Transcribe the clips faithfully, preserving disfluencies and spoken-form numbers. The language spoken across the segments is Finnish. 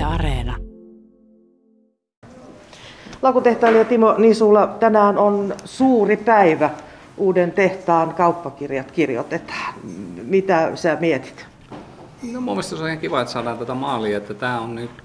Areena. Lakutehtailija Timo Nisula, tänään on suuri päivä. Uuden tehtaan kauppakirjat kirjoitetaan. Mitä sä mietit? No, mun mielestä se on ihan kiva, että saadaan tätä maalia, että tää on nyt,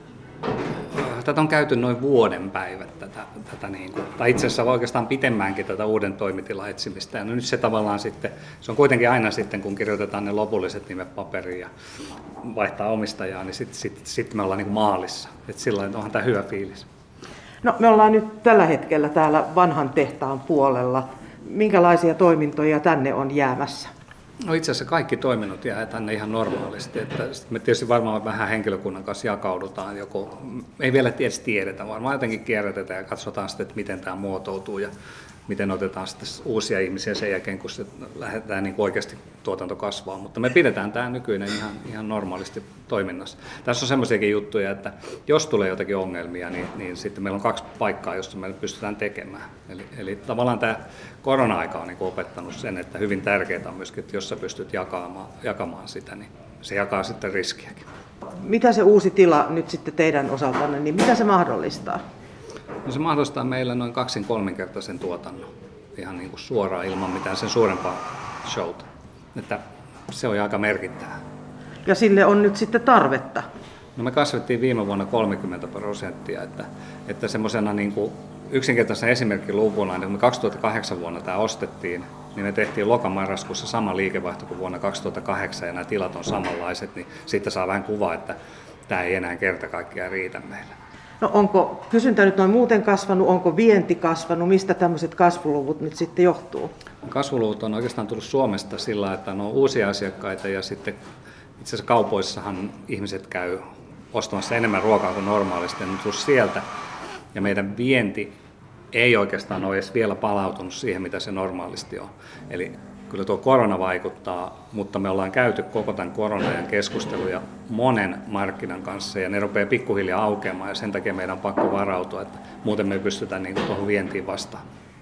tätä on käyty noin vuoden päivät, tätä, tätä niin kuin, tai itse asiassa oikeastaan pitemmäänkin tätä uuden toimitilan etsimistä. Ja no nyt se tavallaan sitten, se on kuitenkin aina sitten, kun kirjoitetaan ne lopulliset nimet paperiin ja vaihtaa omistajaa, niin sitten sit, sit me ollaan niin kuin maalissa. Että sillä onhan tämä hyvä fiilis. No, me ollaan nyt tällä hetkellä täällä vanhan tehtaan puolella. Minkälaisia toimintoja tänne on jäämässä? No, itse asiassa kaikki toiminnot jää tänne ihan normaalisti. Että me tietysti varmaan vähän henkilökunnan kanssa jakaudutaan. Joko, ei vielä edes tiedetä, varmaan jotenkin kierrätetään ja katsotaan sitten, että miten tämä muotoutuu ja miten otetaan sitten uusia ihmisiä sen jälkeen, kun se lähdetään niin oikeasti tuotanto kasvaa. Mutta me pidetään tämä nykyinen ihan, ihan normaalisti toiminnassa. Tässä on semmoisiakin juttuja, että jos tulee jotakin ongelmia, niin, niin sitten meillä on kaksi paikkaa, jossa me pystytään tekemään. Eli, eli tavallaan tämä korona-aika on niin opettanut sen, että hyvin tärkeää on myöskin, että jos sä pystyt jakamaan, jakamaan sitä, niin se jakaa sitten riskiäkin. Mitä se uusi tila nyt sitten teidän osaltanne, niin mitä se mahdollistaa? No, se mahdollistaa meillä noin kaksin kolminkertaisen tuotannon ihan niin kuin suoraan ilman mitään sen suurempaa showta. Että se on aika merkittävää. Ja sille on nyt sitten tarvetta? No, me kasvettiin viime vuonna kolmekymmentä prosenttia, että, että semmoisena niin kuin yksinkertaisena esimerkkiluvuna, niin kun me kaksituhattakahdeksan vuonna tämä ostettiin, niin me tehtiin loka-marraskuussa sama liikevaihto kuin vuonna kaksituhattakahdeksan ja nämä tilat on samanlaiset, niin siitä saa vähän kuvaa, että tämä ei enää kerta kaikkiaan riitä meille. No, onko kysyntä nyt noin muuten kasvanut, onko vienti kasvanut, mistä tämmöiset kasvuluvut nyt sitten johtuu? Kasvuluvut on oikeastaan tullut Suomesta sillä, että on uusia asiakkaita ja sitten itse asiassa kaupoissahan ihmiset käy ostamassa enemmän ruokaa kuin normaalisti ja nyt sieltä. Ja meidän vienti ei oikeastaan ole edes vielä palautunut siihen, mitä se normaalisti on. Eli kyllä tuo korona vaikuttaa, mutta me ollaan käyty koko tämän koronajan keskusteluja monen markkinan kanssa ja ne rupeaa pikkuhiljaa aukeamaan ja sen takia meidän on pakko varautua, että muuten me ei pystytä niin kuin tuohon vientiin vastaan.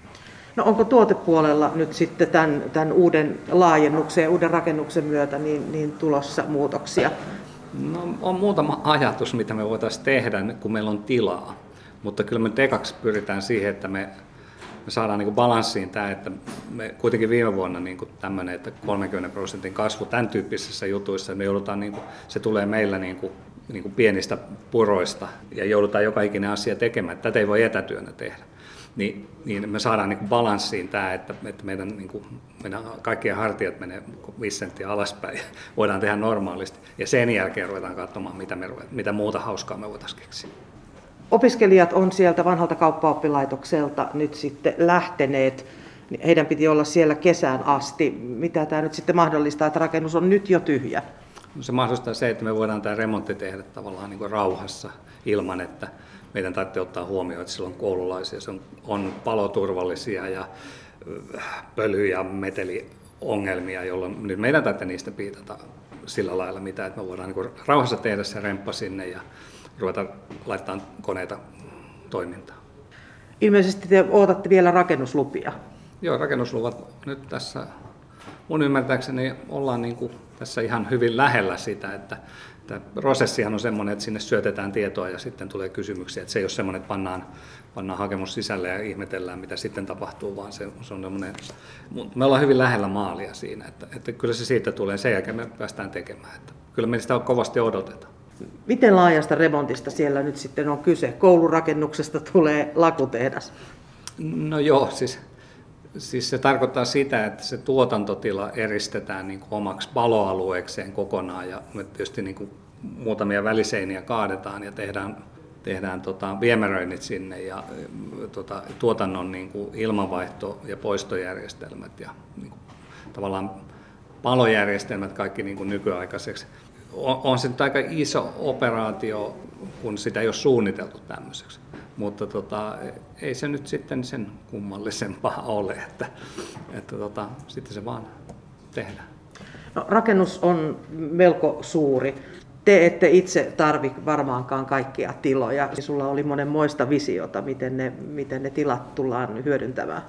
No, onko tuotepuolella nyt sitten tämän, tämän uuden laajennuksen ja uuden rakennuksen myötä niin, niin tulossa muutoksia? No, on muutama ajatus, mitä me voitaisiin tehdä, kun meillä on tilaa, mutta kyllä me ekaksi pyritään siihen, että me Me saadaan niin kuin balanssiin tämä, että me kuitenkin viime vuonna niin kuin tämmöinen, että kolmenkymmenen prosentin kasvu tämän tyyppisissä jutuissa, me joudutaan, niin kuin, se tulee meillä niin kuin, niin kuin pienistä puroista ja joudutaan joka ikinen asia tekemään. Tätä ei voi etätyönä tehdä. Niin, niin me saadaan niin kuin balanssiin tämä, että, että meidän, niin kuin, meidän kaikkien hartiat menee viisi senttiä alaspäin ja voidaan tehdä normaalisti. Ja sen jälkeen ruvetaan katsomaan, mitä, me, mitä muuta hauskaa me voitaisiin keksiä. Opiskelijat on sieltä vanhalta kauppaoppilaitokselta nyt sitten lähteneet. Heidän piti olla siellä kesään asti. Mitä tämä nyt sitten mahdollistaa, että rakennus on nyt jo tyhjä? No, se mahdollistaa se, että me voidaan tämä remontti tehdä tavallaan niin kuin rauhassa ilman, että meidän tarvitsee ottaa huomioon, että sillä on koululaisia, se on, on paloturvallisia ja pöly- ja meteliongelmia, jolloin nyt meidän tarvitsee niistä piitata sillä lailla mitä, että me voidaan niin kuin rauhassa tehdä se remppa sinne ja ruveta laittaa koneita toimintaan. Ilmeisesti te odotatte vielä rakennuslupia. Joo, rakennusluvat nyt tässä mun ymmärtääkseni ollaan niin kuin tässä ihan hyvin lähellä sitä, että tämä prosessihan on semmoinen, että sinne syötetään tietoa ja sitten tulee kysymyksiä, että se ei ole semmoinen, että pannaan, pannaan hakemus sisälle ja ihmetellään, mitä sitten tapahtuu, vaan se, se on semmoinen, me ollaan hyvin lähellä maalia siinä, että, että kyllä se siitä tulee, sen jälkeen me päästään tekemään, että kyllä me sitä kovasti odotetaan. Miten laajasta remontista siellä nyt sitten on kyse? Koulurakennuksesta tulee lakutehdas. No joo, siis, siis se tarkoittaa sitä, että se tuotantotila eristetään niin kuin omaksi paloalueekseen kokonaan ja me tietysti niin kuin muutamia väliseiniä kaadetaan ja tehdään, tehdään tota viemäröinnit sinne ja tota, tuotannon niin kuin ilmanvaihto- ja poistojärjestelmät ja niin kuin, tavallaan palojärjestelmät kaikki niin kuin nykyaikaiseksi. On se nyt aika iso operaatio, kun sitä ei ole suunniteltu tämmöiseksi, mutta tota, ei se nyt sitten sen kummallisempaa ole, että, että tota, sitten se vaan tehdään. No, rakennus on melko suuri. Te ette itse tarvitse varmaankaan kaikkia tiloja. Sulla oli monenmoista visiota, miten ne, miten ne tilat tullaan hyödyntämään.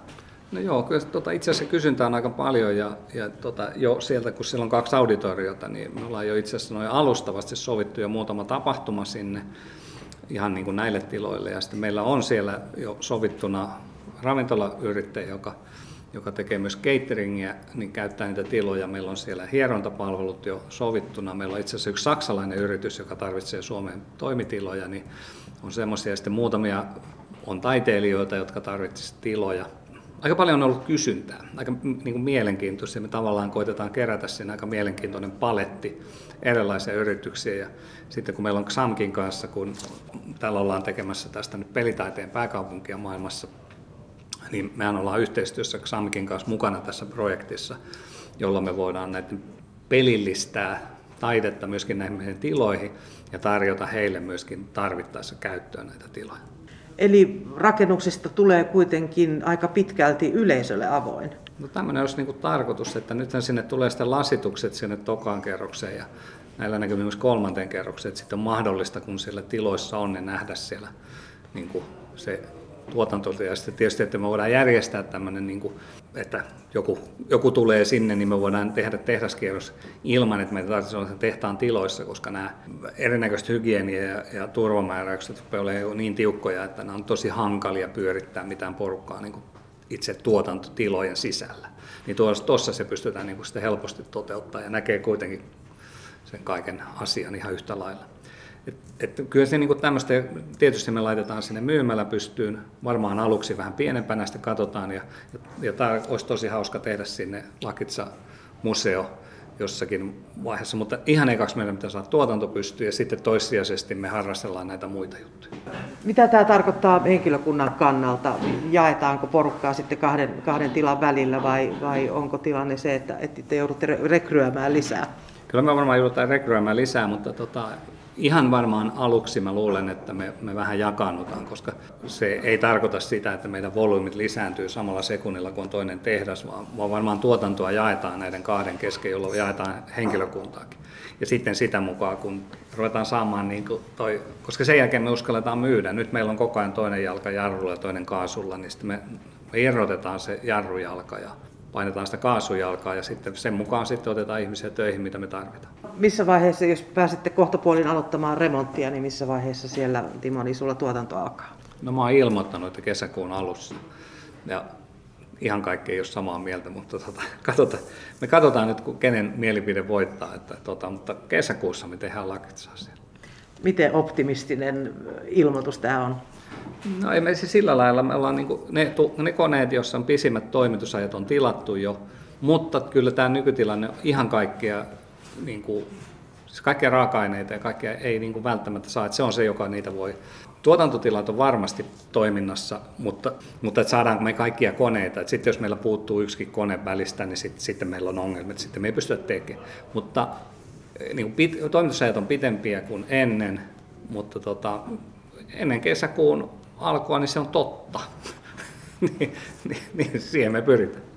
No joo, kyllä tota, itse asiassa kysyntää on aika paljon ja, ja tota, jo sieltä, kun siellä on kaksi auditoriota, niin me ollaan jo itse asiassa noin alustavasti sovittu jo muutama tapahtuma sinne ihan niin kuin näille tiloille. Ja sitten meillä on siellä jo sovittuna ravintolayrittäjä, joka, joka tekee myös cateringia, niin käyttää niitä tiloja. Meillä on siellä hierontapalvelut jo sovittuna. Meillä on itse asiassa yksi saksalainen yritys, joka tarvitsee Suomeen toimitiloja, niin on semmoisia. Ja sitten muutamia on taiteilijoita, jotka tarvitsisivat tiloja. Aika paljon on ollut kysyntää, aika niin kuin mielenkiintoista. Me tavallaan koitetaan kerätä siinä aika mielenkiintoinen paletti erilaisia yrityksiä. Ja sitten kun meillä on X A M Kin kanssa, kun täällä ollaan tekemässä tästä nyt pelitaiteen pääkaupunkia maailmassa, niin mehän ollaan yhteistyössä X A M Kin kanssa mukana tässä projektissa, jolloin me voidaan näiden pelillistää taidetta myöskin näihin tiloihin ja tarjota heille myöskin tarvittaessa käyttöön näitä tiloja. Eli rakennuksesta tulee kuitenkin aika pitkälti yleisölle avoin. No tämmöinen olisi niin kuin tarkoitus, että nythän sinne tulee sitten lasitukset sinne tokaan kerrokseen ja näillä näkyy myös kolmanteen kerrokseen, että sitten on mahdollista, kun siellä tiloissa on, niin nähdä siellä niin kuin se tuotanto. Ja sitten tietysti, että me voidaan järjestää tämmöinen, niin kuin, että joku, joku tulee sinne, niin me voidaan tehdä tehdaskierros ilman, että meitä tarvitsee olla sen tehtaan tiloissa, koska nämä erinäköiset hygienia- ja, ja turvamääräykset olevat niin tiukkoja, että nämä on tosi hankalia pyörittää mitään porukkaa niin kuin itse tuotantotilojen sisällä. Niin tuossa se pystytään niin kuin sitä helposti toteuttaa ja näkee kuitenkin sen kaiken asian ihan yhtä lailla. Et, et kyllä se niin tämmöistä, tietysti me laitetaan sinne myymällä pystyyn, varmaan aluksi vähän pienempänä, sitten katsotaan ja, ja, ja tämä olisi tosi hauska tehdä sinne Lakitsa-museo jossakin vaiheessa, mutta ihan ekaksi meidän pitää saada tuotanto pystyyn ja sitten toissijaisesti me harrastellaan näitä muita juttuja. Mitä tämä tarkoittaa henkilökunnan kannalta? Jaetaanko porukkaa sitten kahden, kahden tilan välillä vai, vai onko tilanne se, että, että te joudutte rekryämään lisää? Kyllä me varmaan joudutaan rekryämään lisää, mutta tota, ihan varmaan aluksi mä luulen, että me, me vähän jakaannutaan, koska se ei tarkoita sitä, että meidän volyymit lisääntyy samalla sekunnilla kuin toinen tehdas, vaan, vaan varmaan tuotantoa jaetaan näiden kahden kesken, jolloin jaetaan henkilökuntaakin. Ja sitten sitä mukaan, kun ruvetaan saamaan, niin kuin toi, koska sen jälkeen me uskalletaan myydä. Nyt meillä on koko ajan toinen jalka jarrulla ja toinen kaasulla, niin sitten me, me irrotetaan se jarrujalka ja painetaan sitä kaasujalkaa ja sitten sen mukaan sitten otetaan ihmisiä töihin, mitä me tarvitaan. Missä vaiheessa, jos pääsette kohtapuolin aloittamaan remonttia, niin missä vaiheessa siellä, Timo, niin sulla tuotanto alkaa? No mä oon ilmoittanut, että kesäkuun alussa. Ja ihan kaikki ei ole samaa mieltä, mutta tota, katsotaan, me katsotaan nyt, kenen mielipide voittaa. Että, tota, mutta kesäkuussa me tehdään Lakitsaa siellä. Miten optimistinen ilmoitus tämä on? No ei me siis sillä lailla, me ollaan niin kuin, ne, ne koneet, joissa on pisimmät toimitusajat on tilattu jo, mutta kyllä tämä nykytilanne on ihan kaikkea, niin kuin, siis kaikkia raaka-aineita ja kaikkea ei niin kuin välttämättä saa, että se on se, joka niitä voi. Tuotantotilat on varmasti toiminnassa, mutta, mutta että saadaanko me kaikkia koneita, että sitten jos meillä puuttuu yksikin kone välistä, niin sitten, sitten meillä on ongelmia, että sitten me ei pystytä tekemään. Mutta niin kuin pit, toimitusajat on pitempiä kuin ennen, mutta tota, ennen kesäkuun alkua, niin se on totta. niin, niin, niin siihen me pyritään.